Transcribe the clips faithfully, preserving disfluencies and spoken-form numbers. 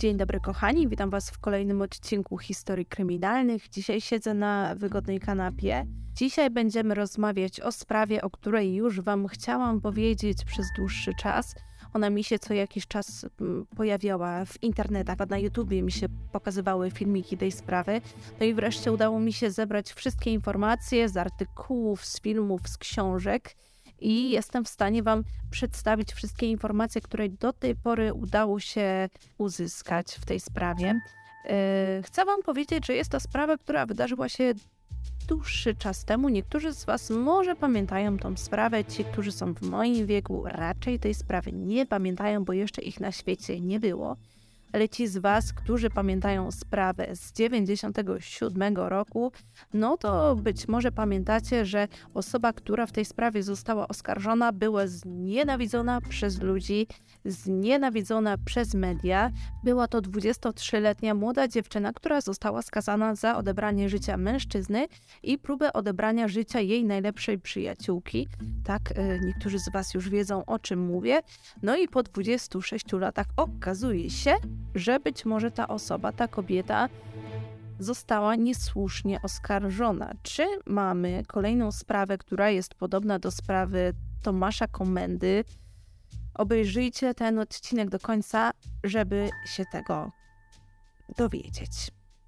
Dzień dobry kochani, witam Was w kolejnym odcinku Historii Kryminalnych. Dzisiaj siedzę na wygodnej kanapie. Dzisiaj będziemy rozmawiać o sprawie, o której już Wam chciałam powiedzieć przez dłuższy czas. Ona mi się co jakiś czas pojawiała w internetach, a na YouTubie mi się pokazywały filmiki tej sprawy. No i wreszcie udało mi się zebrać wszystkie informacje z artykułów, z filmów, z książek. I jestem w stanie Wam przedstawić wszystkie informacje, które do tej pory udało się uzyskać w tej sprawie. Chcę Wam powiedzieć, że jest to sprawa, która wydarzyła się dłuższy czas temu. Niektórzy z Was może pamiętają tą sprawę, ci, którzy są w moim wieku, raczej tej sprawy nie pamiętają, bo jeszcze ich na świecie nie było. Ale ci z Was, którzy pamiętają sprawę z dziewięćdziesiątego siódmego roku, no to być może pamiętacie, że osoba, która w tej sprawie została oskarżona, była znienawidzona przez ludzi, znienawidzona przez media. Była to dwudziestotrzyletnia młoda dziewczyna, która została skazana za odebranie życia mężczyzny i próbę odebrania życia jej najlepszej przyjaciółki. Tak, niektórzy z Was już wiedzą, o czym mówię. No i po dwudziestu sześciu latach okazuje się, że być może ta osoba, ta kobieta została niesłusznie oskarżona. Czy mamy kolejną sprawę, która jest podobna do sprawy Tomasza Komendy? Obejrzyjcie ten odcinek do końca, żeby się tego dowiedzieć.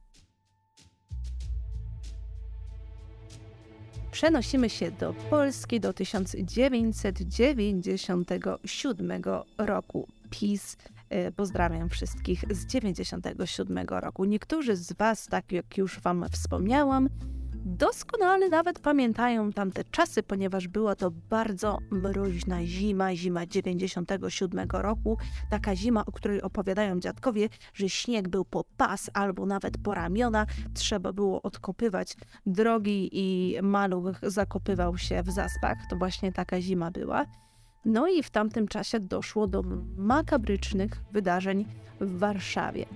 Przenosimy się do Polski do tysiąc dziewięćset dziewięćdziesiątego siódmego roku. PiS. Pozdrawiam wszystkich z dziewięćdziesiątego siódmego roku. Niektórzy z Was, tak jak już Wam wspomniałam, doskonale nawet pamiętają tamte czasy, ponieważ była to bardzo mroźna zima, zima dziewięćdziesiątego siódmego roku. Taka zima, o której opowiadają dziadkowie, że śnieg był po pas albo nawet po ramiona. Trzeba było odkopywać drogi i maluch zakopywał się w zaspach. To właśnie taka zima była. No i w tamtym czasie doszło do makabrycznych wydarzeń w Warszawie.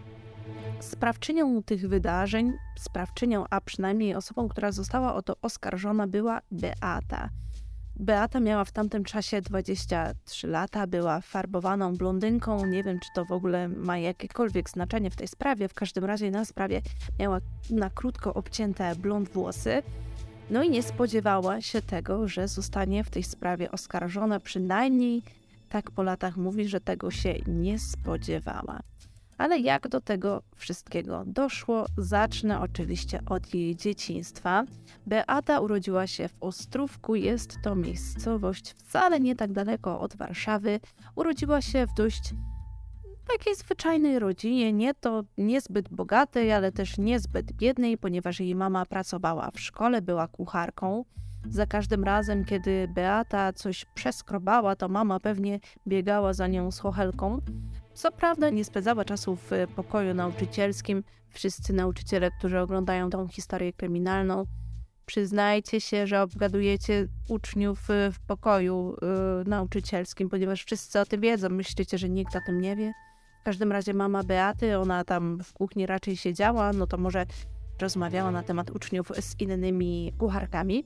Sprawczynią tych wydarzeń, sprawczynią, a przynajmniej osobą, która została o to oskarżona, była Beata. Beata miała w tamtym czasie dwadzieścia trzy lata, była farbowaną blondynką. Nie wiem, czy to w ogóle ma jakiekolwiek znaczenie w tej sprawie. W każdym razie na sprawie miała na krótko obcięte blond włosy. No i nie spodziewała się tego, że zostanie w tej sprawie oskarżona. Przynajmniej tak po latach mówi, że tego się nie spodziewała. Ale jak do tego wszystkiego doszło? Zacznę oczywiście od jej dzieciństwa. Beata urodziła się w Ostrówku, jest to miejscowość wcale nie tak daleko od Warszawy. Urodziła się w dość takiej zwyczajnej rodzinie, nie to niezbyt bogatej, ale też niezbyt biednej, ponieważ jej mama pracowała w szkole, była kucharką. Za każdym razem, kiedy Beata coś przeskrobała, to mama pewnie biegała za nią z chochelką. Co prawda nie spędzała czasu w pokoju nauczycielskim. Wszyscy nauczyciele, którzy oglądają tą historię kryminalną, przyznajcie się, że obgadujecie uczniów w pokoju yy, nauczycielskim, ponieważ wszyscy o tym wiedzą. Myślicie, że nikt o tym nie wie? W każdym razie mama Beaty, ona tam w kuchni raczej siedziała, no to może rozmawiała na temat uczniów z innymi kucharkami.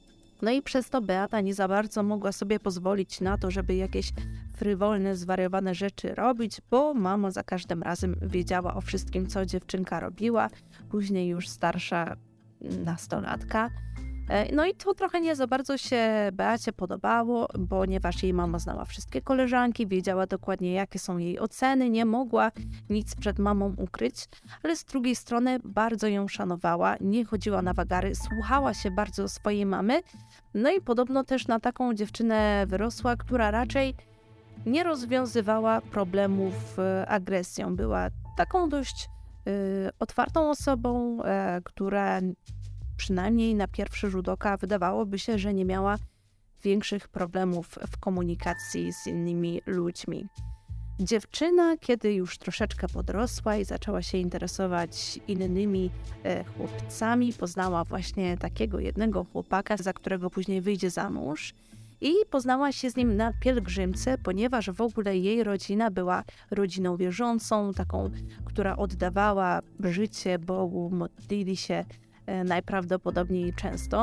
No i przez to Beata nie za bardzo mogła sobie pozwolić na to, żeby jakieś frywolne, zwariowane rzeczy robić, bo mama za każdym razem wiedziała o wszystkim, co dziewczynka robiła. Później już starsza nastolatka. No i to trochę nie za bardzo się Beacie podobało, ponieważ jej mama znała wszystkie koleżanki, wiedziała dokładnie, jakie są jej oceny, nie mogła nic przed mamą ukryć, ale z drugiej strony bardzo ją szanowała, nie chodziła na wagary, słuchała się bardzo swojej mamy, no i podobno też na taką dziewczynę wyrosła, która raczej nie rozwiązywała problemów agresją. Była taką dość y, otwartą osobą, y, która przynajmniej na pierwszy rzut oka wydawałoby się, że nie miała większych problemów w komunikacji z innymi ludźmi. Dziewczyna, kiedy już troszeczkę podrosła i zaczęła się interesować innymi e, chłopcami, poznała właśnie takiego jednego chłopaka, za którego później wyjdzie za mąż i poznała się z nim na pielgrzymce, ponieważ w ogóle jej rodzina była rodziną wierzącą, taką, która oddawała życie Bogu, modlili się najprawdopodobniej często.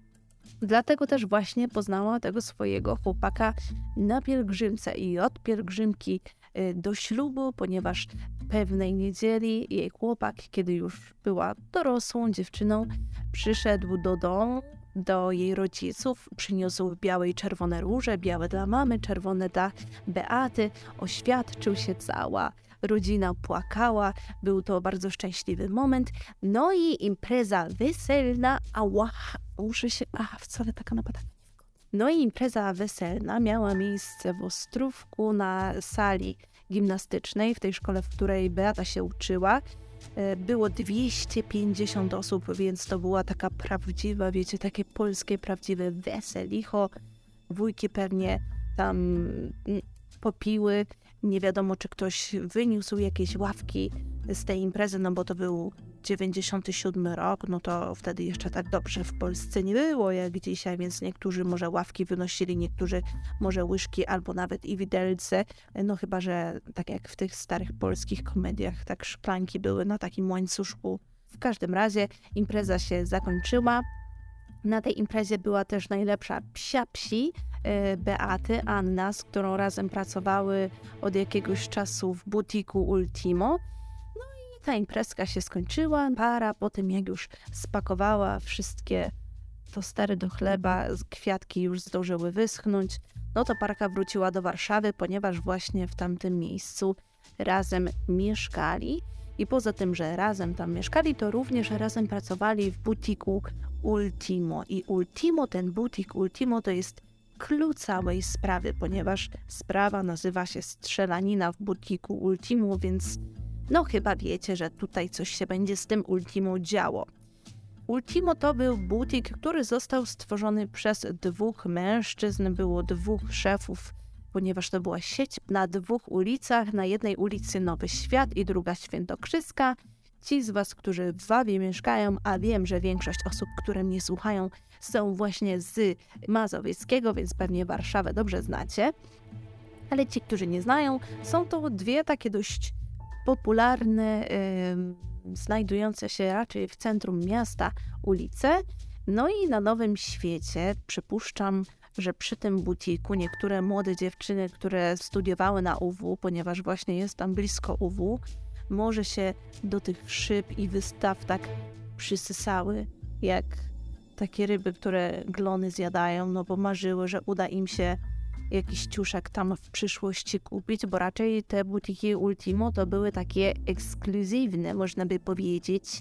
Dlatego też właśnie poznała tego swojego chłopaka na pielgrzymce i od pielgrzymki do ślubu, ponieważ pewnej niedzieli jej chłopak, kiedy już była dorosłą dziewczyną, przyszedł do domu, do jej rodziców, przyniósł białe i czerwone róże, białe dla mamy, czerwone dla Beaty, oświadczył się, cała rodzina płakała, był to bardzo szczęśliwy moment, no i impreza weselna, ała, muszę się, a wcale taka napada. No i impreza weselna miała miejsce w Ostrówku na sali gimnastycznej, w tej szkole, w której Beata się uczyła. Było dwieście pięćdziesiąt osób, więc to była taka prawdziwa, wiecie, takie polskie prawdziwe weselicho. Wujki pewnie tam popiły, nie wiadomo, czy ktoś wyniósł jakieś ławki z tej imprezy, no bo to był dziewięćdziesiąty siódmy rok, no to wtedy jeszcze tak dobrze w Polsce nie było jak dzisiaj, więc niektórzy może ławki wynosili, niektórzy może łyżki albo nawet i widelce, no chyba, że tak jak w tych starych polskich komediach, tak szklanki były na takim łańcuszku. W każdym razie impreza się zakończyła. Na tej imprezie była też najlepsza psia psi Beaty, Anna, z którą razem pracowały od jakiegoś czasu w butiku Ultimo. No i ta imprezka się skończyła. Para po tym, jak już spakowała wszystkie tostery do chleba, kwiatki już zdążyły wyschnąć, no to parka wróciła do Warszawy, ponieważ właśnie w tamtym miejscu razem mieszkali. I poza tym, że razem tam mieszkali, to również razem pracowali w butiku Ultimo. I Ultimo, ten butik Ultimo to jest clue całej sprawy, ponieważ sprawa nazywa się strzelanina w butiku Ultimo, więc no chyba wiecie, że tutaj coś się będzie z tym Ultimo działo. Ultimo to był butik, który został stworzony przez dwóch mężczyzn, było dwóch szefów, ponieważ to była sieć na dwóch ulicach, na jednej ulicy Nowy Świat i druga Świętokrzyska. Ci z was, którzy w Wawie mieszkają, a wiem, że większość osób, które mnie słuchają, są właśnie z Mazowieckiego, więc pewnie Warszawę dobrze znacie. Ale ci, którzy nie znają, są to dwie takie dość popularne, yy, znajdujące się raczej w centrum miasta ulice. No i na Nowym Świecie przypuszczam, że przy tym butiku niektóre młode dziewczyny, które studiowały na U W, ponieważ właśnie jest tam blisko U W, może się do tych szyb i wystaw tak przysysały, jak takie ryby, które glony zjadają, no bo marzyły, że uda im się jakiś ciuszek tam w przyszłości kupić, bo raczej te butiki Ultimo to były takie ekskluzywne, można by powiedzieć,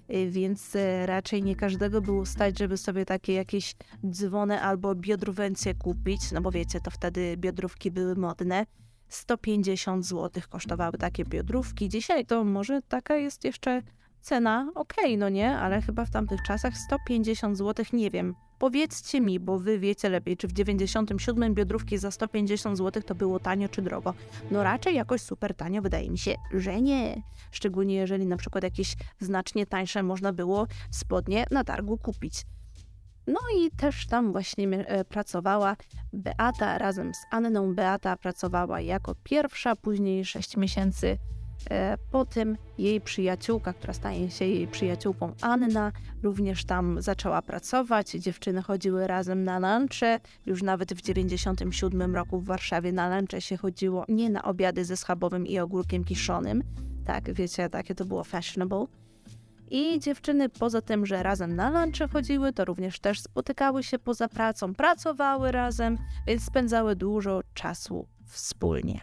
więc raczej nie każdego było stać, żeby sobie takie jakieś dzwony albo biodrówence kupić, no bo wiecie, to wtedy biodrówki były modne. sto pięćdziesiąt złotych kosztowały takie biodrówki. Dzisiaj to może taka jest jeszcze cena, okej, okay, no nie, ale chyba w tamtych czasach sto pięćdziesiąt złotych, nie wiem. Powiedzcie mi, bo wy wiecie lepiej, czy w dziewięćdziesiątym siódmym biodrówki za sto pięćdziesiąt złotych to było tanio czy drogo. No raczej jakoś super tanio, wydaje mi się, że nie. Szczególnie jeżeli na przykład jakieś znacznie tańsze można było spodnie na targu kupić. No i też tam właśnie pracowała Beata razem z Anną. Beata pracowała jako pierwsza, później sześć miesięcy po tym jej przyjaciółka, która staje się jej przyjaciółką Anna, również tam zaczęła pracować. Dziewczyny chodziły razem na lunche. Już nawet w dziewięćdziesiątym siódmym roku w Warszawie na lunche się chodziło, nie na obiady ze schabowym i ogórkiem kiszonym. Tak, wiecie, takie to było fashionable. I dziewczyny poza tym, że razem na lunche chodziły, to również też spotykały się poza pracą, pracowały razem, więc spędzały dużo czasu wspólnie.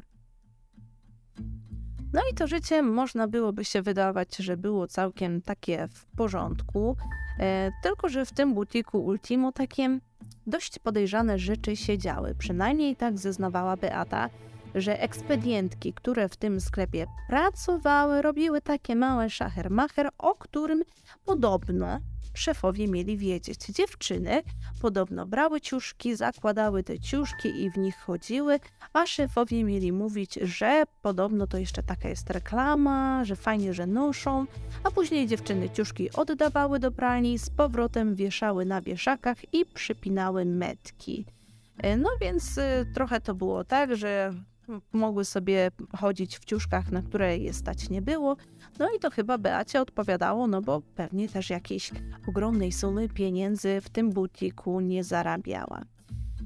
No i to życie można byłoby się wydawać, że było całkiem takie w porządku, e, tylko że w tym butiku Ultimo takie dość podejrzane rzeczy się działy. Przynajmniej tak zeznawała Beata, że ekspedientki, które w tym sklepie pracowały, robiły takie małe szacher-macher, o którym podobno szefowie mieli wiedzieć. Dziewczyny podobno brały ciuszki, zakładały te ciuszki i w nich chodziły, a szefowie mieli mówić, że podobno to jeszcze taka jest reklama, że fajnie, że noszą, a później dziewczyny ciuszki oddawały do pralni, z powrotem wieszały na wieszakach i przypinały metki. No więc trochę to było tak, że mogły sobie chodzić w ciuszkach, na które je stać nie było. No i to chyba Beacie odpowiadało, no bo pewnie też jakiejś ogromnej sumy pieniędzy w tym butiku nie zarabiała.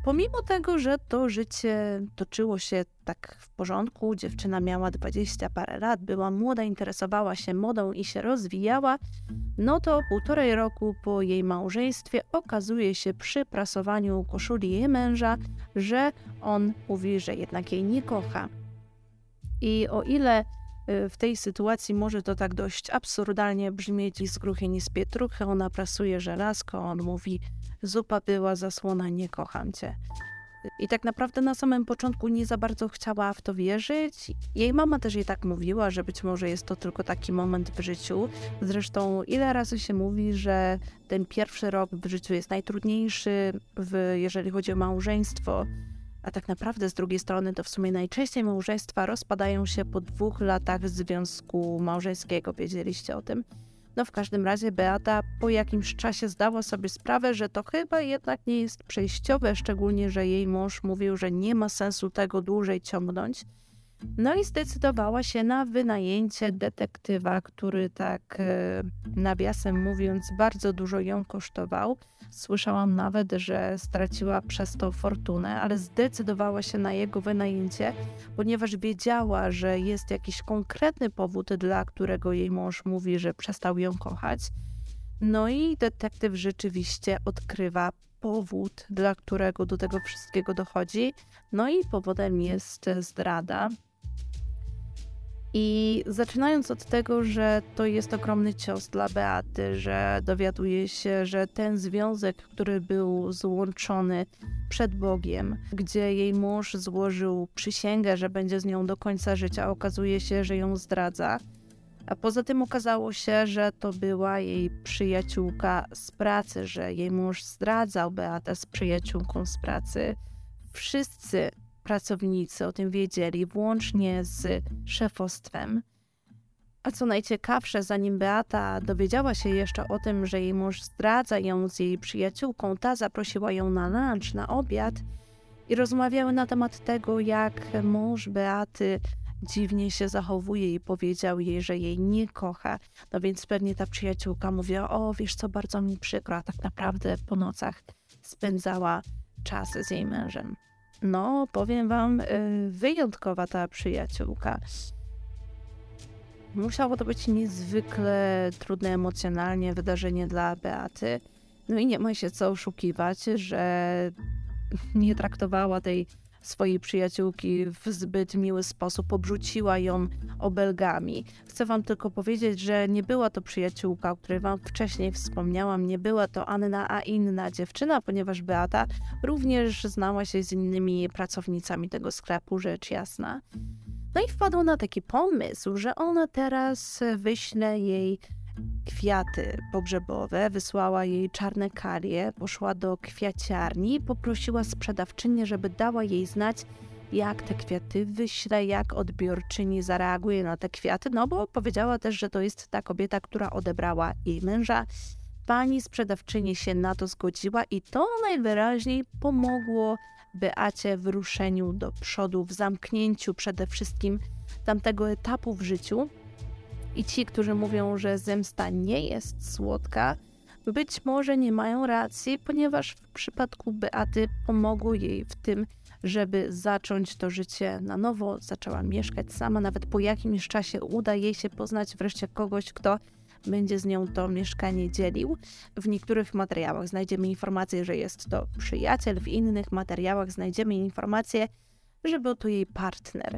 Pomimo tego, że to życie toczyło się tak w porządku, dziewczyna miała dwadzieścia parę lat, była młoda, interesowała się modą i się rozwijała, no to półtorej roku po jej małżeństwie okazuje się przy prasowaniu koszuli jej męża, że on mówi, że jednak jej nie kocha. I o ile w tej sytuacji może to tak dość absurdalnie brzmieć i z gruchy nie z pietruchy, ona prasuje żelazko, on mówi, zupa była, zasłona, nie kocham cię. I tak naprawdę na samym początku nie za bardzo chciała w to wierzyć. Jej mama też jej tak mówiła, że być może jest to tylko taki moment w życiu. Zresztą ile razy się mówi, że ten pierwszy rok w życiu jest najtrudniejszy, w, jeżeli chodzi o małżeństwo. A tak naprawdę z drugiej strony to w sumie najczęściej małżeństwa rozpadają się po dwóch latach związku małżeńskiego. Wiedzieliście o tym? No w każdym razie Beata po jakimś czasie zdała sobie sprawę, że to chyba jednak nie jest przejściowe, szczególnie, że jej mąż mówił, że nie ma sensu tego dłużej ciągnąć. No i zdecydowała się na wynajęcie detektywa, który tak e, nawiasem mówiąc bardzo dużo ją kosztował. Słyszałam nawet, że straciła przez to fortunę, ale zdecydowała się na jego wynajęcie, ponieważ wiedziała, że jest jakiś konkretny powód, dla którego jej mąż mówi, że przestał ją kochać. No i detektyw rzeczywiście odkrywa powód, dla którego do tego wszystkiego dochodzi. No i powodem jest zdrada. I zaczynając od tego, że to jest ogromny cios dla Beaty, że dowiaduje się, że ten związek, który był złączony przed Bogiem, gdzie jej mąż złożył przysięgę, że będzie z nią do końca życia, okazuje się, że ją zdradza. A poza tym okazało się, że to była jej przyjaciółka z pracy, że jej mąż zdradzał Beatę z przyjaciółką z pracy. Wszyscy pracownicy o tym wiedzieli, włącznie z szefostwem. A co najciekawsze, zanim Beata dowiedziała się jeszcze o tym, że jej mąż zdradza ją z jej przyjaciółką, ta zaprosiła ją na lunch, na obiad i rozmawiały na temat tego, jak mąż Beaty dziwnie się zachowuje i powiedział jej, że jej nie kocha. No więc pewnie ta przyjaciółka mówiła, o wiesz co, bardzo mi przykro, a tak naprawdę po nocach spędzała czas z jej mężem. No, powiem wam, wyjątkowa ta przyjaciółka. Musiało to być niezwykle trudne emocjonalnie wydarzenie dla Beaty. No i nie ma się co oszukiwać, że nie traktowała tej swojej przyjaciółki w zbyt miły sposób, obrzuciła ją obelgami. Chcę wam tylko powiedzieć, że nie była to przyjaciółka, o której wam wcześniej wspomniałam, nie była to Anna, a inna dziewczyna, ponieważ Beata również znała się z innymi pracownicami tego sklepu, rzecz jasna. No i wpadła na taki pomysł, że ona teraz wyśle jej kwiaty pogrzebowe, wysłała jej czarne kalie, poszła do kwiaciarni i poprosiła sprzedawczynię, żeby dała jej znać, jak te kwiaty wyśle, jak odbiorczyni zareaguje na te kwiaty, no bo powiedziała też, że to jest ta kobieta, która odebrała jej męża. Pani sprzedawczyni się na to zgodziła i to najwyraźniej pomogło Beacie w ruszeniu do przodu, w zamknięciu przede wszystkim tamtego etapu w życiu. I ci, którzy mówią, że zemsta nie jest słodka, być może nie mają racji, ponieważ w przypadku Beaty pomogło jej w tym, żeby zacząć to życie na nowo. Zaczęła mieszkać sama, nawet po jakimś czasie uda jej się poznać wreszcie kogoś, kto będzie z nią to mieszkanie dzielił. W niektórych materiałach znajdziemy informację, że jest to przyjaciel, w innych materiałach znajdziemy informację, że był to jej partner.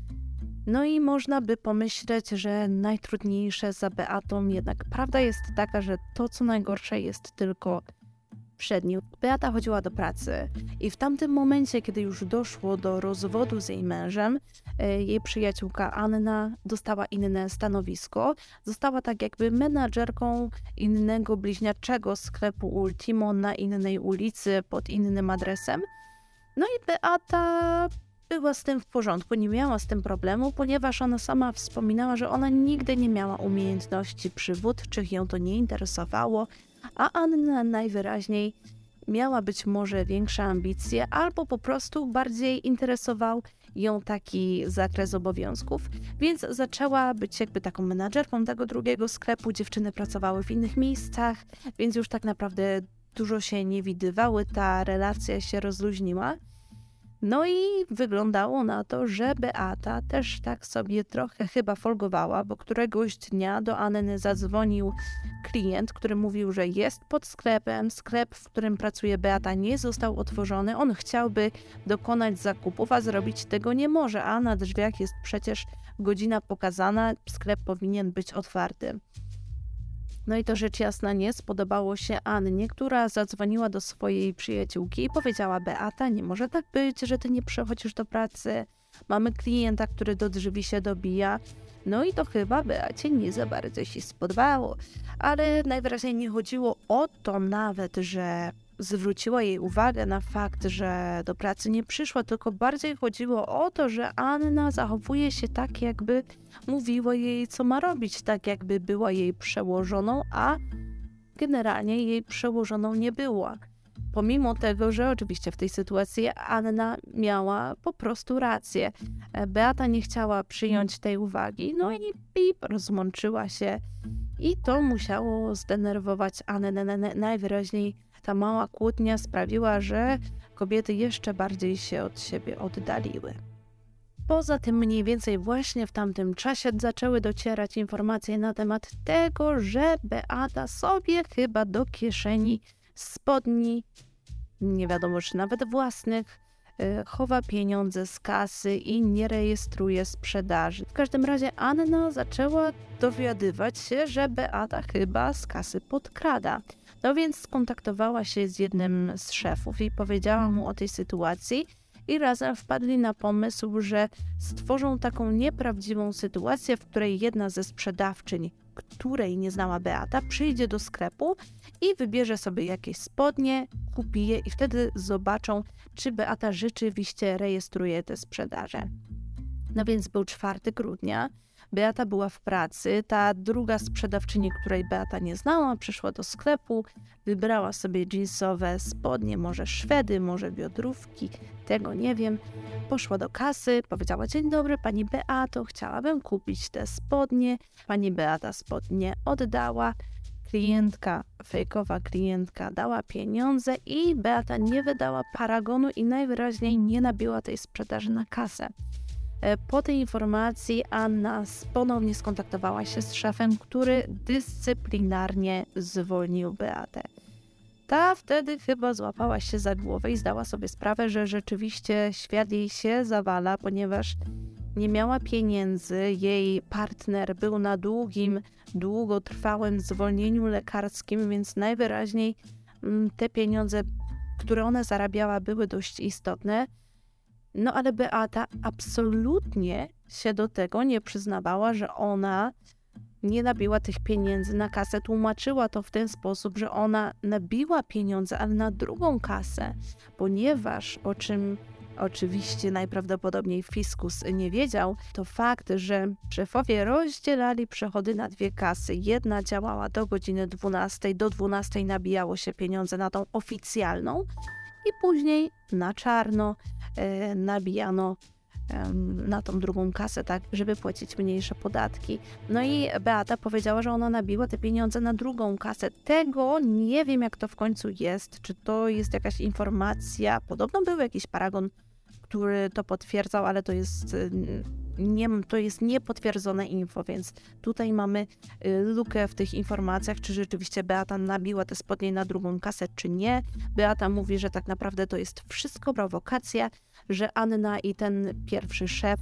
No i można by pomyśleć, że najtrudniejsze za Beatą, jednak prawda jest taka, że to co najgorsze jest tylko przed nią. Beata chodziła do pracy i w tamtym momencie, kiedy już doszło do rozwodu z jej mężem, jej przyjaciółka Anna dostała inne stanowisko. Została tak jakby menadżerką innego bliźniaczego sklepu Ultimo na innej ulicy pod innym adresem. No i Beata była z tym w porządku, nie miała z tym problemu, ponieważ ona sama wspominała, że ona nigdy nie miała umiejętności przywódczych, ją to nie interesowało, a Anna najwyraźniej miała być może większe ambicje, albo po prostu bardziej interesował ją taki zakres obowiązków, więc zaczęła być jakby taką menadżerką tego drugiego sklepu. Dziewczyny pracowały w innych miejscach, więc już tak naprawdę dużo się nie widywały, ta relacja się rozluźniła. No i wyglądało na to, że Beata też tak sobie trochę chyba folgowała, bo któregoś dnia do Anny zadzwonił klient, który mówił, że jest pod sklepem. Sklep, w którym pracuje Beata, nie został otworzony. On chciałby dokonać zakupów, a zrobić tego nie może, a na drzwiach jest przecież godzina pokazana, sklep powinien być otwarty. No i to rzecz jasna nie spodobało się Annie, która zadzwoniła do swojej przyjaciółki i powiedziała: Beata, nie może tak być, że ty nie przychodzisz do pracy. Mamy klienta, który do drzwi się dobija. No i to chyba Beacie nie za bardzo się spodobało. Ale najwyraźniej nie chodziło o to nawet, że zwróciła jej uwagę na fakt, że do pracy nie przyszła, tylko bardziej chodziło o to, że Anna zachowuje się tak, jakby mówiła jej, co ma robić, tak jakby była jej przełożoną, a generalnie jej przełożoną nie była. Pomimo tego, że oczywiście w tej sytuacji Anna miała po prostu rację. Beata nie chciała przyjąć tej uwagi, no i pip, rozłączyła się i to musiało zdenerwować Annę. Najwyraźniej ta mała kłótnia sprawiła, że kobiety jeszcze bardziej się od siebie oddaliły. Poza tym mniej więcej właśnie w tamtym czasie zaczęły docierać informacje na temat tego, że Beata sobie chyba do kieszeni spodni, nie wiadomo czy nawet własnych, chowa pieniądze z kasy i nie rejestruje sprzedaży. W każdym razie Anna zaczęła dowiadywać się, że Beata chyba z kasy podkrada. No więc skontaktowała się z jednym z szefów i powiedziała mu o tej sytuacji i razem wpadli na pomysł, że stworzą taką nieprawdziwą sytuację, w której jedna ze sprzedawczyń, której nie znała Beata, przyjdzie do sklepu i wybierze sobie jakieś spodnie, kupi je i wtedy zobaczą, czy Beata rzeczywiście rejestruje te sprzedaże. No więc był czwartego grudnia, Beata była w pracy, ta druga sprzedawczyni, której Beata nie znała, przyszła do sklepu, wybrała sobie jeansowe spodnie, może szwedy, może biodrówki, tego nie wiem. Poszła do kasy, powiedziała: dzień dobry pani Beato, chciałabym kupić te spodnie. Pani Beata spodnie oddała, klientka, fejkowa klientka dała pieniądze i Beata nie wydała paragonu i najwyraźniej nie nabiła tej sprzedaży na kasę. Po tej informacji Anna ponownie skontaktowała się z szefem, który dyscyplinarnie zwolnił Beatę. Ta wtedy chyba złapała się za głowę i zdała sobie sprawę, że rzeczywiście świat jej się zawala, ponieważ nie miała pieniędzy, jej partner był na długim, długotrwałym zwolnieniu lekarskim, więc najwyraźniej te pieniądze, które ona zarabiała, były dość istotne. No ale Beata absolutnie się do tego nie przyznawała, że ona nie nabiła tych pieniędzy na kasę. Tłumaczyła to w ten sposób, że ona nabiła pieniądze, ale na drugą kasę, ponieważ, o czym oczywiście najprawdopodobniej fiskus nie wiedział, to fakt, że szefowie rozdzielali przychody na dwie kasy. Jedna działała do godziny dwunastej, do dwunastej nabijało się pieniądze na tą oficjalną i później na czarno e, nabijano e, na tą drugą kasę, tak, żeby płacić mniejsze podatki. No i Beata powiedziała, że ona nabiła te pieniądze na drugą kasę. Tego nie wiem, jak to w końcu jest, czy to jest jakaś informacja. Podobno był jakiś paragon, który to potwierdzał, ale to jest, nie, to jest niepotwierdzone info, więc tutaj mamy lukę w tych informacjach, czy rzeczywiście Beata nabiła te spodnie na drugą kasę, czy nie. Beata mówi, że tak naprawdę to jest wszystko prowokacja, że Anna i ten pierwszy szef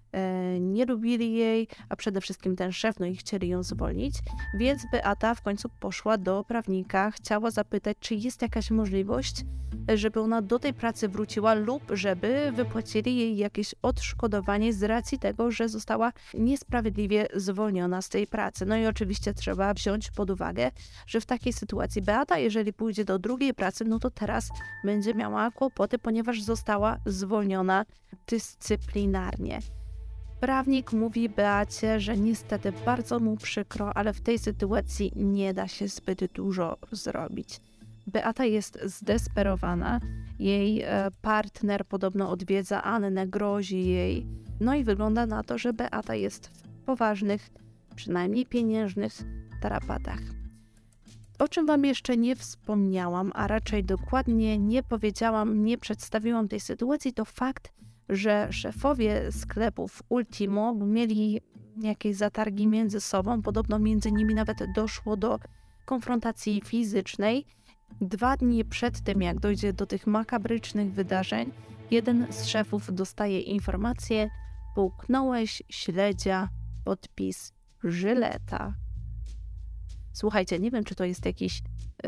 e, nie lubili jej, a przede wszystkim ten szef, no i chcieli ją zwolnić, więc Beata w końcu poszła do prawnika, chciała zapytać, czy jest jakaś możliwość, żeby ona do tej pracy wróciła lub żeby wypłacili jej jakieś odszkodowanie z racji tego, że została niesprawiedliwie zwolniona z tej pracy. No i oczywiście trzeba wziąć pod uwagę, że w takiej sytuacji Beata, jeżeli pójdzie do drugiej pracy, no to teraz będzie miała kłopoty, ponieważ została zwolniona dyscyplinarnie. Prawnik mówi Beacie, że niestety bardzo mu przykro, ale w tej sytuacji nie da się zbyt dużo zrobić. Beata jest zdesperowana, jej partner podobno odwiedza Annę, grozi jej, no i wygląda na to, że Beata jest w poważnych, przynajmniej pieniężnych tarapatach. O czym Wam jeszcze nie wspomniałam, a raczej dokładnie nie powiedziałam, nie przedstawiłam tej sytuacji, to fakt, że szefowie sklepów Ultimo mieli jakieś zatargi między sobą. Podobno między nimi nawet doszło do konfrontacji fizycznej. Dwa dni przed tym, jak dojdzie do tych makabrycznych wydarzeń, jeden z szefów dostaje informację: połknąłeś śledzia, podpis Żyleta. Słuchajcie, nie wiem, czy to jest jakiś,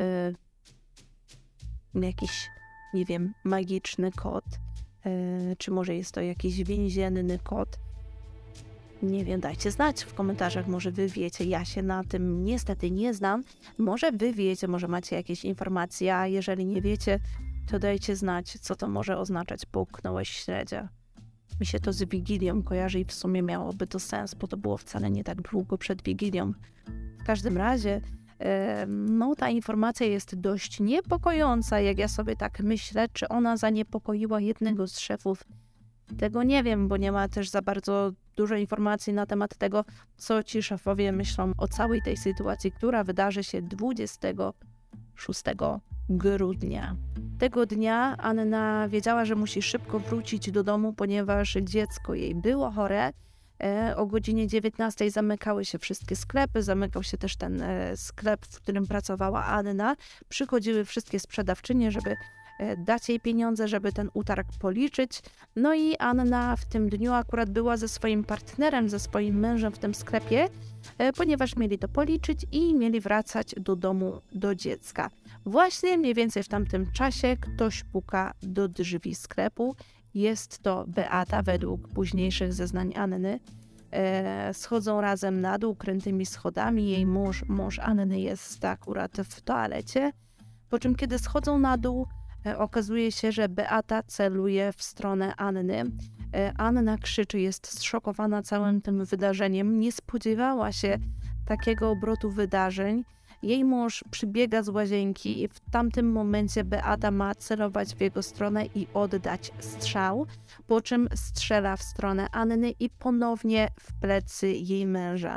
yy, jakiś, nie wiem, magiczny kod, yy, czy może jest to jakiś więzienny kod. Nie wiem, dajcie znać w komentarzach, może wy wiecie, ja się na tym niestety nie znam. Może wy wiecie, może macie jakieś informacje, a jeżeli nie wiecie, to dajcie znać, co to może oznaczać połknąłeś śledzia. Mi się to z Wigilią kojarzy i w sumie miałoby to sens, bo to było wcale nie tak długo przed Wigilią. W każdym razie, no ta informacja jest dość niepokojąca, jak ja sobie tak myślę, czy ona zaniepokoiła jednego z szefów. Tego nie wiem, bo nie ma też za bardzo dużo informacji na temat tego, co ci szefowie myślą o całej tej sytuacji, która wydarzy się dwudziestego szóstego grudnia. Tego dnia Anna wiedziała, że musi szybko wrócić do domu, ponieważ dziecko jej było chore. O godzinie dziewiętnastej zamykały się wszystkie sklepy, zamykał się też ten sklep, w którym pracowała Anna. Przychodziły wszystkie sprzedawczynie, żeby dać jej pieniądze, żeby ten utarg policzyć. No i Anna w tym dniu akurat była ze swoim partnerem, ze swoim mężem w tym sklepie, ponieważ mieli to policzyć i mieli wracać do domu do dziecka. Właśnie mniej więcej w tamtym czasie ktoś puka do drzwi sklepu. Jest to Beata, według późniejszych zeznań Anny. E, schodzą razem na dół krętymi schodami. Jej mąż, mąż Anny jest akurat w toalecie. Po czym kiedy schodzą na dół, e, okazuje się, że Beata celuje w stronę Anny. E, Anna krzyczy, jest zszokowana całym tym wydarzeniem. Nie spodziewała się takiego obrotu wydarzeń. Jej mąż przybiega z łazienki i w tamtym momencie Beata ma celować w jego stronę i oddać strzał, po czym strzela w stronę Anny i ponownie w plecy jej męża.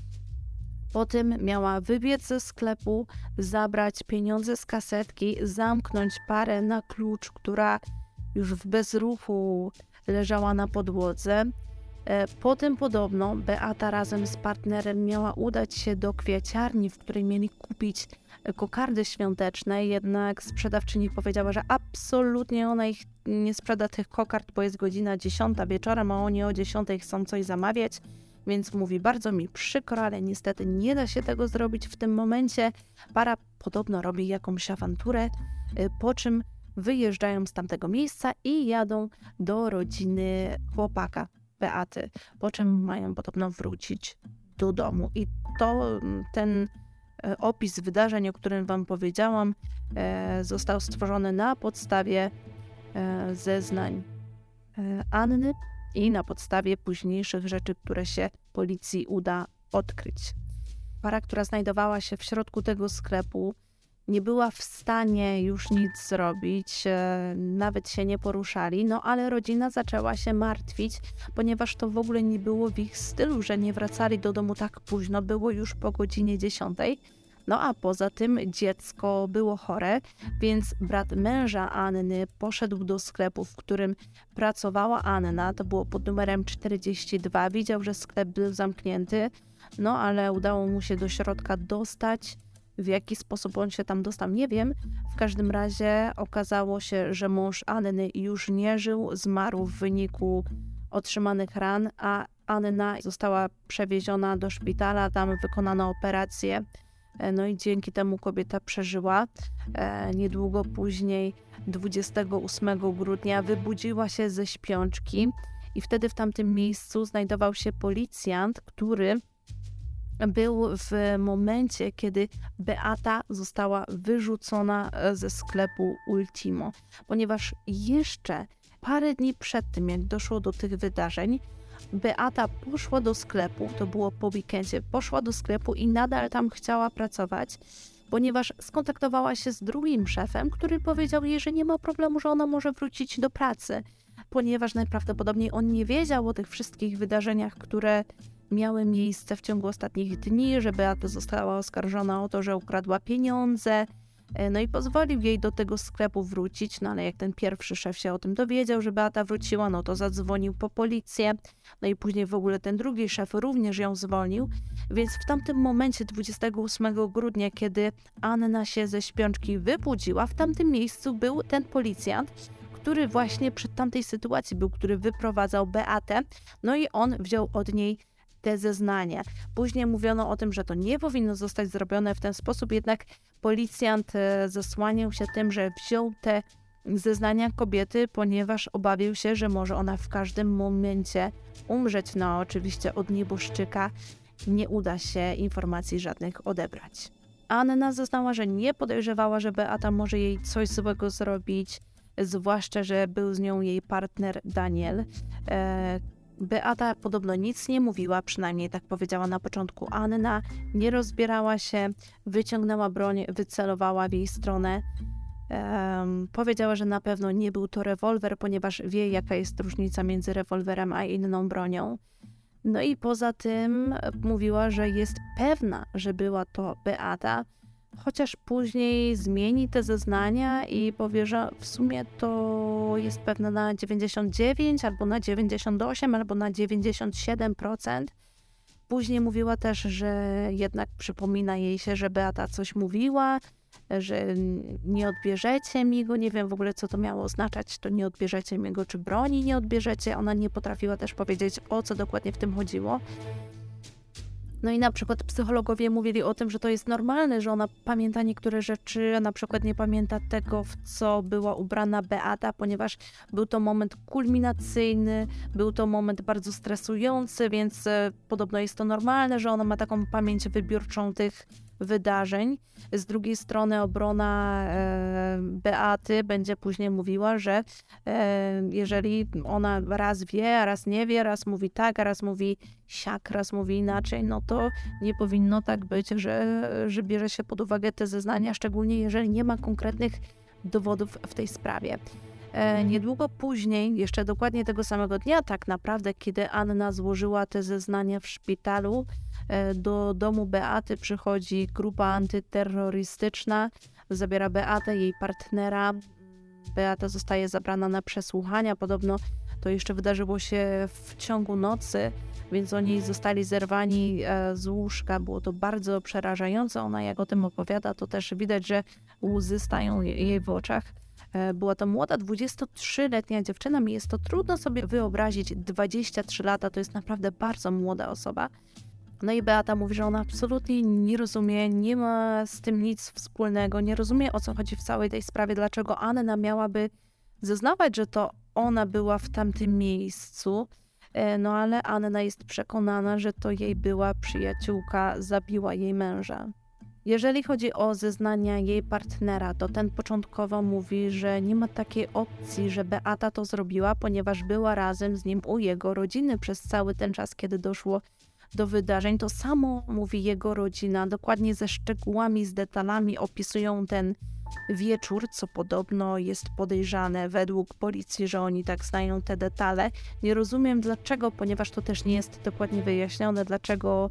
Potem miała wybiec ze sklepu, zabrać pieniądze z kasetki, zamknąć parę na klucz, która już w bezruchu leżała na podłodze. Potem podobno Beata razem z partnerem miała udać się do kwieciarni, w której mieli kupić kokardy świąteczne, jednak sprzedawczyni powiedziała, że absolutnie ona ich nie sprzeda tych kokard, bo jest godzina dziesiąta wieczorem, a oni o dziesiątej chcą coś zamawiać, więc mówi, bardzo mi przykro, ale niestety nie da się tego zrobić w tym momencie. Para podobno robi jakąś awanturę, po czym wyjeżdżają z tamtego miejsca i jadą do rodziny chłopaka Beaty, po czym mają podobno wrócić do domu. I to ten opis wydarzeń, o którym Wam powiedziałam, został stworzony na podstawie zeznań Anny i na podstawie późniejszych rzeczy, które się policji uda odkryć. Para, która znajdowała się w środku tego sklepu, nie była w stanie już nic zrobić, nawet się nie poruszali, no ale rodzina zaczęła się martwić, ponieważ to w ogóle nie było w ich stylu, że nie wracali do domu tak późno, było już po godzinie dziesiątej. No a poza tym dziecko było chore, więc brat męża Anny poszedł do sklepu, w którym pracowała Anna, to było pod numerem czterdzieści dwa, widział, że sklep był zamknięty, no ale udało mu się do środka dostać. W jaki sposób on się tam dostał, nie wiem. W każdym razie okazało się, że mąż Anny już nie żył, zmarł w wyniku otrzymanych ran, a Anna została przewieziona do szpitala, tam wykonano operację. No i dzięki temu kobieta przeżyła. E, niedługo później, dwudziestego ósmego grudnia, wybudziła się ze śpiączki i wtedy w tamtym miejscu znajdował się policjant, który był w momencie, kiedy Beata została wyrzucona ze sklepu Ultimo, ponieważ jeszcze parę dni przed tym, jak doszło do tych wydarzeń, Beata poszła do sklepu, to było po weekendzie, poszła do sklepu i nadal tam chciała pracować, ponieważ skontaktowała się z drugim szefem, który powiedział jej, że nie ma problemu, że ona może wrócić do pracy, ponieważ najprawdopodobniej on nie wiedział o tych wszystkich wydarzeniach, które miały miejsce w ciągu ostatnich dni, że Beata została oskarżona o to, że ukradła pieniądze, no i pozwolił jej do tego sklepu wrócić, no ale jak ten pierwszy szef się o tym dowiedział, że Beata wróciła, no to zadzwonił po policję, no i później w ogóle ten drugi szef również ją zwolnił, więc w tamtym momencie, dwudziestego ósmego grudnia, kiedy Anna się ze śpiączki wybudziła, w tamtym miejscu był ten policjant, który właśnie przy tamtej sytuacji był, który wyprowadzał Beatę, no i on wziął od niej te zeznania. Później mówiono o tym, że to nie powinno zostać zrobione w ten sposób, jednak policjant zasłaniał się tym, że wziął te zeznania kobiety, ponieważ obawiał się, że może ona w każdym momencie umrzeć. No oczywiście od nieboszczyka nie uda się informacji żadnych odebrać. Anna zeznała, że nie podejrzewała, że Beata może jej coś złego zrobić, zwłaszcza, że był z nią jej partner Daniel. E, Beata podobno nic nie mówiła, przynajmniej tak powiedziała na początku Anna, nie rozbierała się, wyciągnęła broń, wycelowała w jej stronę. Um, powiedziała, że na pewno nie był to rewolwer, ponieważ wie, jaka jest różnica między rewolwerem a inną bronią. No i poza tym mówiła, że jest pewna, że była to Beata, chociaż później zmieni te zeznania i powie, że w sumie to jest pewna na dziewięćdziesiąt dziewięć, albo na dziewięćdziesiąt osiem, albo na dziewięćdziesiąt siedem procent. Później mówiła też, że jednak przypomina jej się, że Beata coś mówiła, że nie odbierzecie mi go, nie wiem w ogóle co to miało oznaczać, to nie odbierzecie mi go, czy broni nie odbierzecie. Ona nie potrafiła też powiedzieć, o co dokładnie w tym chodziło. No i na przykład psychologowie mówili o tym, że to jest normalne, że ona pamięta niektóre rzeczy, na przykład nie pamięta tego, w co była ubrana Beata, ponieważ był to moment kulminacyjny, był to moment bardzo stresujący, więc e, podobno jest to normalne, że ona ma taką pamięć wybiórczą tych wydarzeń. Z drugiej strony obrona e, Beaty będzie później mówiła, że e, jeżeli ona raz wie, a raz nie wie, raz mówi tak, a raz mówi siak, raz mówi inaczej, no to nie powinno tak być, że, że bierze się pod uwagę te zeznania, szczególnie jeżeli nie ma konkretnych dowodów w tej sprawie. E, niedługo później, jeszcze dokładnie tego samego dnia tak naprawdę, kiedy Anna złożyła te zeznania w szpitalu, e, do domu Beaty przychodzi grupa antyterrorystyczna, zabiera Beatę, jej partnera. Beata zostaje zabrana na przesłuchania, podobno to jeszcze wydarzyło się w ciągu nocy, więc oni zostali zerwani e, z łóżka, było to bardzo przerażające. Ona jak o tym opowiada, to też widać, że łzy stają jej w oczach. Była to młoda, dwudziestotrzyletnia dziewczyna. Mi jest to trudno sobie wyobrazić. dwadzieścia trzy lata to jest naprawdę bardzo młoda osoba. No i Beata mówi, że ona absolutnie nie rozumie, nie ma z tym nic wspólnego, nie rozumie, o co chodzi w całej tej sprawie, dlaczego Anna miałaby zeznawać, że to ona była w tamtym miejscu. No ale Anna jest przekonana, że to jej była przyjaciółka, zabiła jej męża. Jeżeli chodzi o zeznania jej partnera, to ten początkowo mówi, że nie ma takiej opcji, że Beata to zrobiła, ponieważ była razem z nim u jego rodziny przez cały ten czas, kiedy doszło do wydarzeń. To samo mówi jego rodzina, dokładnie ze szczegółami, z detalami opisują ten wieczór, co podobno jest podejrzane według policji, że oni tak znają te detale. Nie rozumiem dlaczego, ponieważ to też nie jest dokładnie wyjaśnione, dlaczego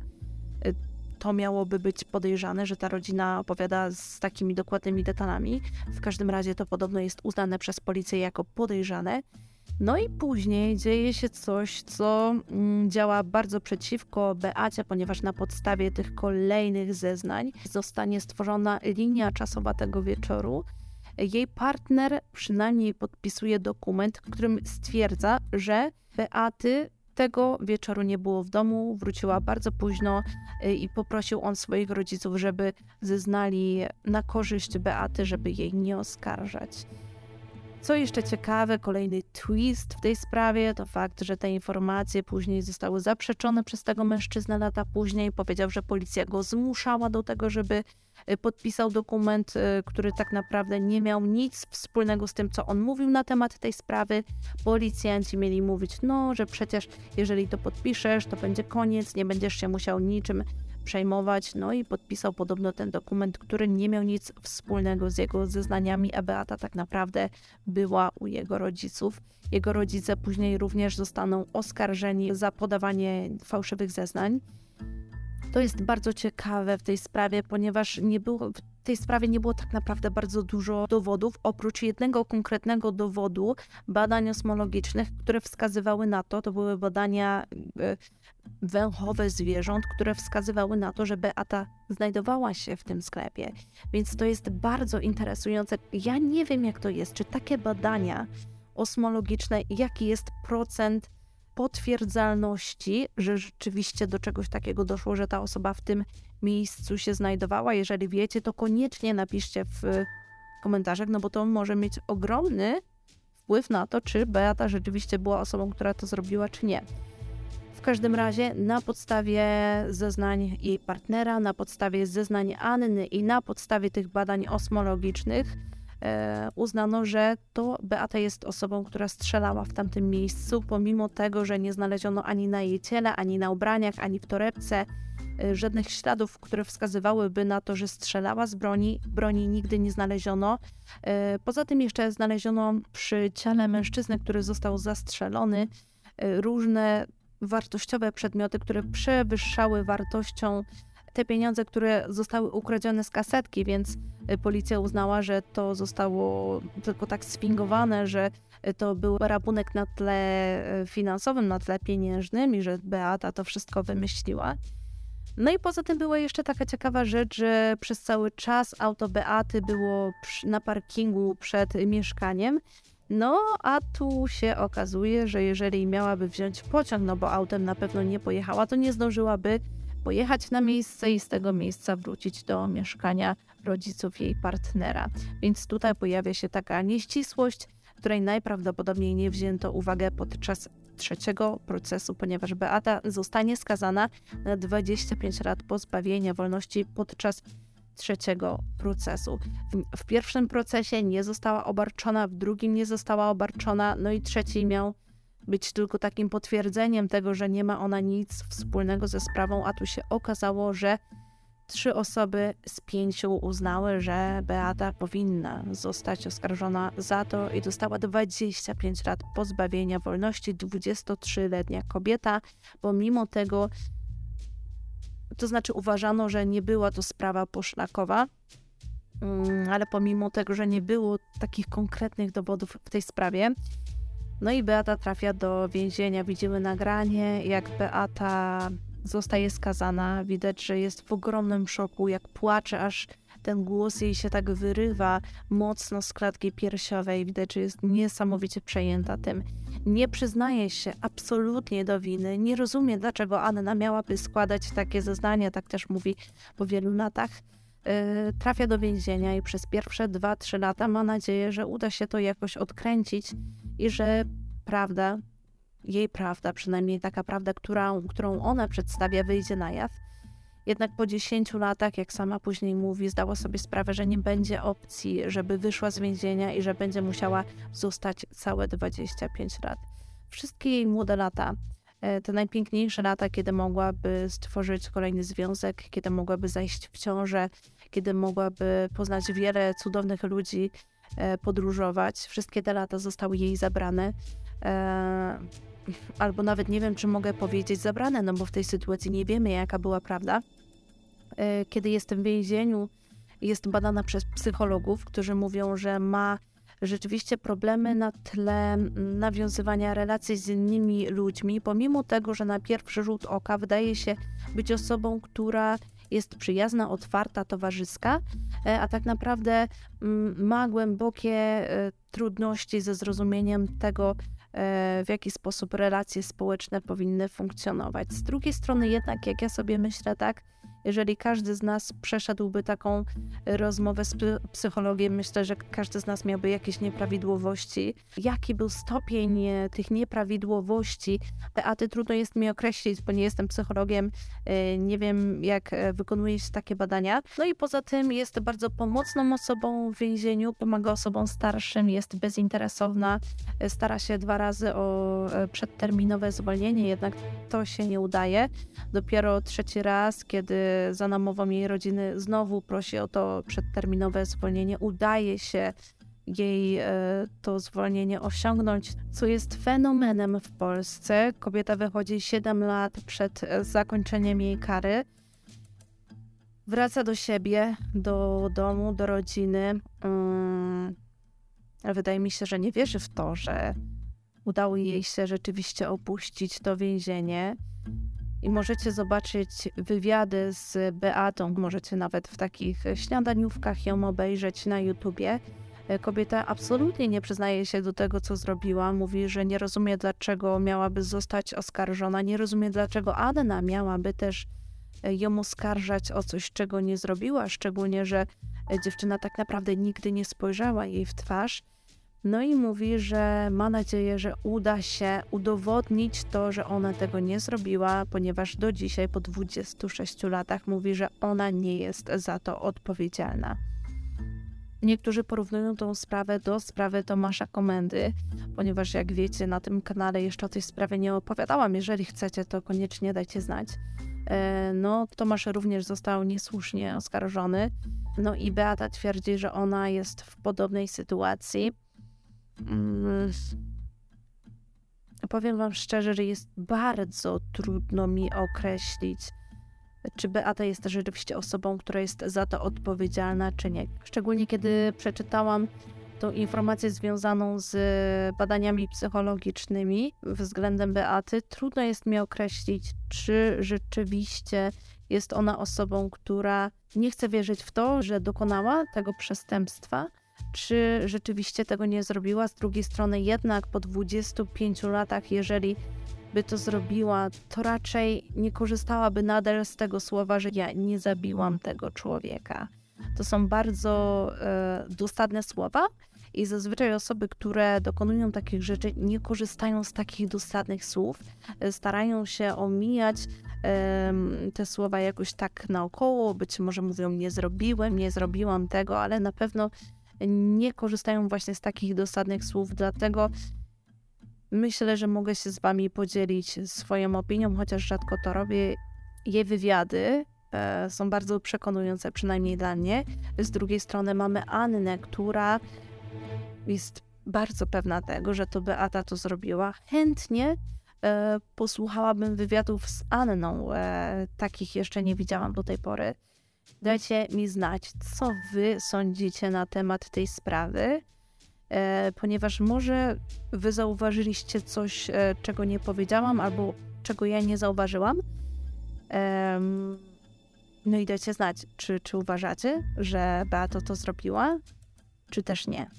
to miałoby być podejrzane, że ta rodzina opowiada z takimi dokładnymi detalami. W każdym razie to podobno jest uznane przez policję jako podejrzane. No i później dzieje się coś, co mm, działa bardzo przeciwko Beacie, ponieważ na podstawie tych kolejnych zeznań zostanie stworzona linia czasowa tego wieczoru. Jej partner przynajmniej podpisuje dokument, w którym stwierdza, że Beaty tego wieczoru nie było w domu, wróciła bardzo późno i poprosił on swoich rodziców, żeby zeznali na korzyść Beaty, żeby jej nie oskarżać. Co jeszcze ciekawe, kolejny twist w tej sprawie to fakt, że te informacje później zostały zaprzeczone przez tego mężczyznę lata później. Powiedział, że policja go zmuszała do tego, żeby podpisał dokument, który tak naprawdę nie miał nic wspólnego z tym, co on mówił na temat tej sprawy. Policjanci mieli mówić, no, że przecież jeżeli to podpiszesz, to będzie koniec, nie będziesz się musiał niczym przejmować. No i podpisał podobno ten dokument, który nie miał nic wspólnego z jego zeznaniami, a Beata tak naprawdę była u jego rodziców. Jego rodzice później również zostaną oskarżeni za podawanie fałszywych zeznań. To jest bardzo ciekawe w tej sprawie, ponieważ nie było, w tej sprawie nie było tak naprawdę bardzo dużo dowodów, oprócz jednego konkretnego dowodu badań osmologicznych, które wskazywały na to, to były badania węchowe zwierząt, które wskazywały na to, że Beata znajdowała się w tym sklepie. Więc to jest bardzo interesujące. Ja nie wiem, jak to jest, czy takie badania osmologiczne, jaki jest procent potwierdzalności, że rzeczywiście do czegoś takiego doszło, że ta osoba w tym miejscu się znajdowała. Jeżeli wiecie, to koniecznie napiszcie w komentarzach, no bo to może mieć ogromny wpływ na to, czy Beata rzeczywiście była osobą, która to zrobiła, czy nie. W każdym razie na podstawie zeznań jej partnera, na podstawie zeznań Anny i na podstawie tych badań osmologicznych e, uznano, że to Beata jest osobą, która strzelała w tamtym miejscu, pomimo tego, że nie znaleziono ani na jej ciele, ani na ubraniach, ani w torebce e, żadnych śladów, które wskazywałyby na to, że strzelała z broni. Broni nigdy nie znaleziono. E, poza tym jeszcze znaleziono przy ciele mężczyzny, który został zastrzelony, e, różne wartościowe przedmioty, które przewyższały wartością te pieniądze, które zostały ukradzione z kasetki, więc policja uznała, że to zostało tylko tak sfingowane, że to był rabunek na tle finansowym, na tle pieniężnym i że Beata to wszystko wymyśliła. No i poza tym była jeszcze taka ciekawa rzecz, że przez cały czas auto Beaty było na parkingu przed mieszkaniem. No, a tu się okazuje, że jeżeli miałaby wziąć pociąg, no bo autem na pewno nie pojechała, to nie zdążyłaby pojechać na miejsce i z tego miejsca wrócić do mieszkania rodziców jej partnera. Więc tutaj pojawia się taka nieścisłość, której najprawdopodobniej nie wzięto uwagę podczas trzeciego procesu, ponieważ Beata zostanie skazana na dwadzieścia pięć lat pozbawienia wolności podczas trzeciego procesu. W, w pierwszym procesie nie została obarczona, w drugim nie została obarczona, no i trzeci miał być tylko takim potwierdzeniem tego, że nie ma ona nic wspólnego ze sprawą, a tu się okazało, że trzy osoby z pięciu uznały, że Beata powinna zostać oskarżona za to i dostała dwadzieścia pięć lat pozbawienia wolności. dwudziestotrzyletnia kobieta, pomimo tego, to znaczy uważano, że nie była to sprawa poszlakowa, ale pomimo tego, że nie było takich konkretnych dowodów w tej sprawie, no i Beata trafia do więzienia. Widzimy nagranie, jak Beata zostaje skazana. Widać, że jest w ogromnym szoku, jak płacze, aż ten głos jej się tak wyrywa mocno z klatki piersiowej. Widać, że jest niesamowicie przejęta tym. Nie przyznaje się absolutnie do winy. Nie rozumie, dlaczego Anna miałaby składać takie zeznania, tak też mówi po wielu latach. Yy, trafia do więzienia i przez pierwsze dwa trzy lata ma nadzieję, że uda się to jakoś odkręcić i że prawda, jej prawda, przynajmniej taka prawda, która, którą ona przedstawia, wyjdzie na jaw. Jednak po dziesięciu latach, jak sama później mówi, zdała sobie sprawę, że nie będzie opcji, żeby wyszła z więzienia i że będzie musiała zostać całe dwadzieścia pięć lat. Wszystkie jej młode lata, te najpiękniejsze lata, kiedy mogłaby stworzyć kolejny związek, kiedy mogłaby zajść w ciążę, kiedy mogłaby poznać wiele cudownych ludzi, podróżować. Wszystkie te lata zostały jej zabrane. Albo nawet nie wiem, czy mogę powiedzieć zabrane, no bo w tej sytuacji nie wiemy, jaka była prawda. Kiedy jest w więzieniu, jest badana przez psychologów, którzy mówią, że ma rzeczywiście problemy na tle nawiązywania relacji z innymi ludźmi, pomimo tego, że na pierwszy rzut oka wydaje się być osobą, która jest przyjazna, otwarta, towarzyska, a tak naprawdę ma głębokie trudności ze zrozumieniem tego, w jaki sposób relacje społeczne powinny funkcjonować. Z drugiej strony jednak, jak ja sobie myślę tak, jeżeli każdy z nas przeszedłby taką rozmowę z psychologiem, myślę, że każdy z nas miałby jakieś nieprawidłowości. Jaki był stopień tych nieprawidłowości? Beaty trudno jest mi określić, bo nie jestem psychologiem, nie wiem, jak wykonuje się takie badania. No i poza tym jest bardzo pomocną osobą w więzieniu, pomaga osobom starszym, jest bezinteresowna, stara się dwa razy o przedterminowe zwolnienie, jednak to się nie udaje. Dopiero trzeci raz, kiedy za namową jej rodziny znowu prosi o to przedterminowe zwolnienie. Udaje się jej to zwolnienie osiągnąć, co jest fenomenem w Polsce. Kobieta wychodzi siedem lat przed zakończeniem jej kary. Wraca do siebie, do domu, do rodziny. Hmm. Wydaje mi się, że nie wierzy w to, że udało jej się rzeczywiście opuścić to więzienie. I możecie zobaczyć wywiady z Beatą, możecie nawet w takich śniadaniówkach ją obejrzeć na YouTubie. Kobieta absolutnie nie przyznaje się do tego, co zrobiła. Mówi, że nie rozumie, dlaczego miałaby zostać oskarżona. Nie rozumie, dlaczego Anna miałaby też ją oskarżać o coś, czego nie zrobiła. Szczególnie, że dziewczyna tak naprawdę nigdy nie spojrzała jej w twarz. No i mówi, że ma nadzieję, że uda się udowodnić to, że ona tego nie zrobiła, ponieważ do dzisiaj, po dwudziestu sześciu latach, mówi, że ona nie jest za to odpowiedzialna. Niektórzy porównują tą sprawę do sprawy Tomasza Komendy, ponieważ jak wiecie, na tym kanale jeszcze o tej sprawie nie opowiadałam. Jeżeli chcecie, to koniecznie dajcie znać. No, Tomasz również został niesłusznie oskarżony. No i Beata twierdzi, że ona jest w podobnej sytuacji. Hmm. Powiem wam szczerze, że jest bardzo trudno mi określić, czy Beata jest rzeczywiście osobą, która jest za to odpowiedzialna, czy nie. Szczególnie kiedy przeczytałam tą informację związaną z badaniami psychologicznymi względem Beaty, trudno jest mi określić, czy rzeczywiście jest ona osobą, która nie chce wierzyć w to, że dokonała tego przestępstwa, czy rzeczywiście tego nie zrobiła. Z drugiej strony jednak po dwudziestu pięciu latach, jeżeli by to zrobiła, to raczej nie korzystałaby nadal z tego słowa, że ja nie zabiłam tego człowieka. To są bardzo e, dosadne słowa i zazwyczaj osoby, które dokonują takich rzeczy, nie korzystają z takich dosadnych słów, e, starają się omijać e, te słowa jakoś tak naokoło, być może mówią nie zrobiłem, nie zrobiłam tego, ale na pewno nie korzystają właśnie z takich dosadnych słów, dlatego myślę, że mogę się z wami podzielić swoją opinią, chociaż rzadko to robię. Jej wywiady e, są bardzo przekonujące, przynajmniej dla mnie. Z drugiej strony mamy Annę, która jest bardzo pewna tego, że to Beata to zrobiła. Chętnie e, posłuchałabym wywiadów z Anną. E, takich jeszcze nie widziałam do tej pory. Dajcie mi znać, co wy sądzicie na temat tej sprawy. E, ponieważ może wy zauważyliście coś, e, czego nie powiedziałam, albo czego ja nie zauważyłam. E, no i dajcie znać, czy, czy uważacie, że Beata to zrobiła, czy też nie.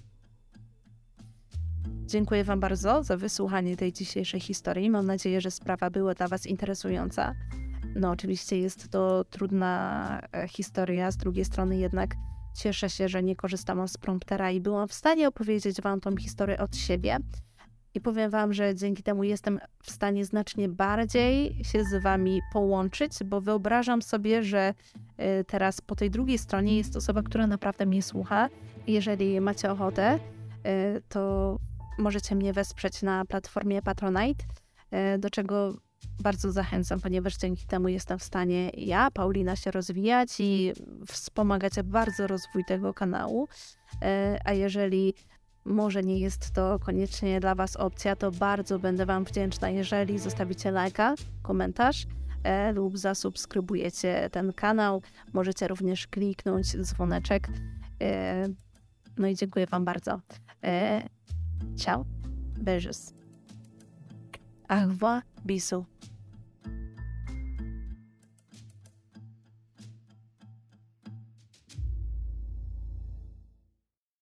Dziękuję wam bardzo za wysłuchanie tej dzisiejszej historii. Mam nadzieję, że sprawa była dla was interesująca. No oczywiście jest to trudna e, historia, z drugiej strony jednak cieszę się, że nie korzystałam z promptera i byłam w stanie opowiedzieć wam tą historię od siebie. I powiem wam, że dzięki temu jestem w stanie znacznie bardziej się z wami połączyć, bo wyobrażam sobie, że y, teraz po tej drugiej stronie jest osoba, która naprawdę mnie słucha. Jeżeli macie ochotę, y, to możecie mnie wesprzeć na platformie Patronite, y, do czego bardzo zachęcam, ponieważ dzięki temu jestem w stanie ja, Paulina, się rozwijać i wspomagacie bardzo rozwój tego kanału. A jeżeli może nie jest to koniecznie dla was opcja, to bardzo będę wam wdzięczna, jeżeli zostawicie lajka, komentarz e, lub zasubskrybujecie ten kanał. Możecie również kliknąć dzwoneczek. E, no i dziękuję wam bardzo. E, ciao, beijos. Au revoir, bisous.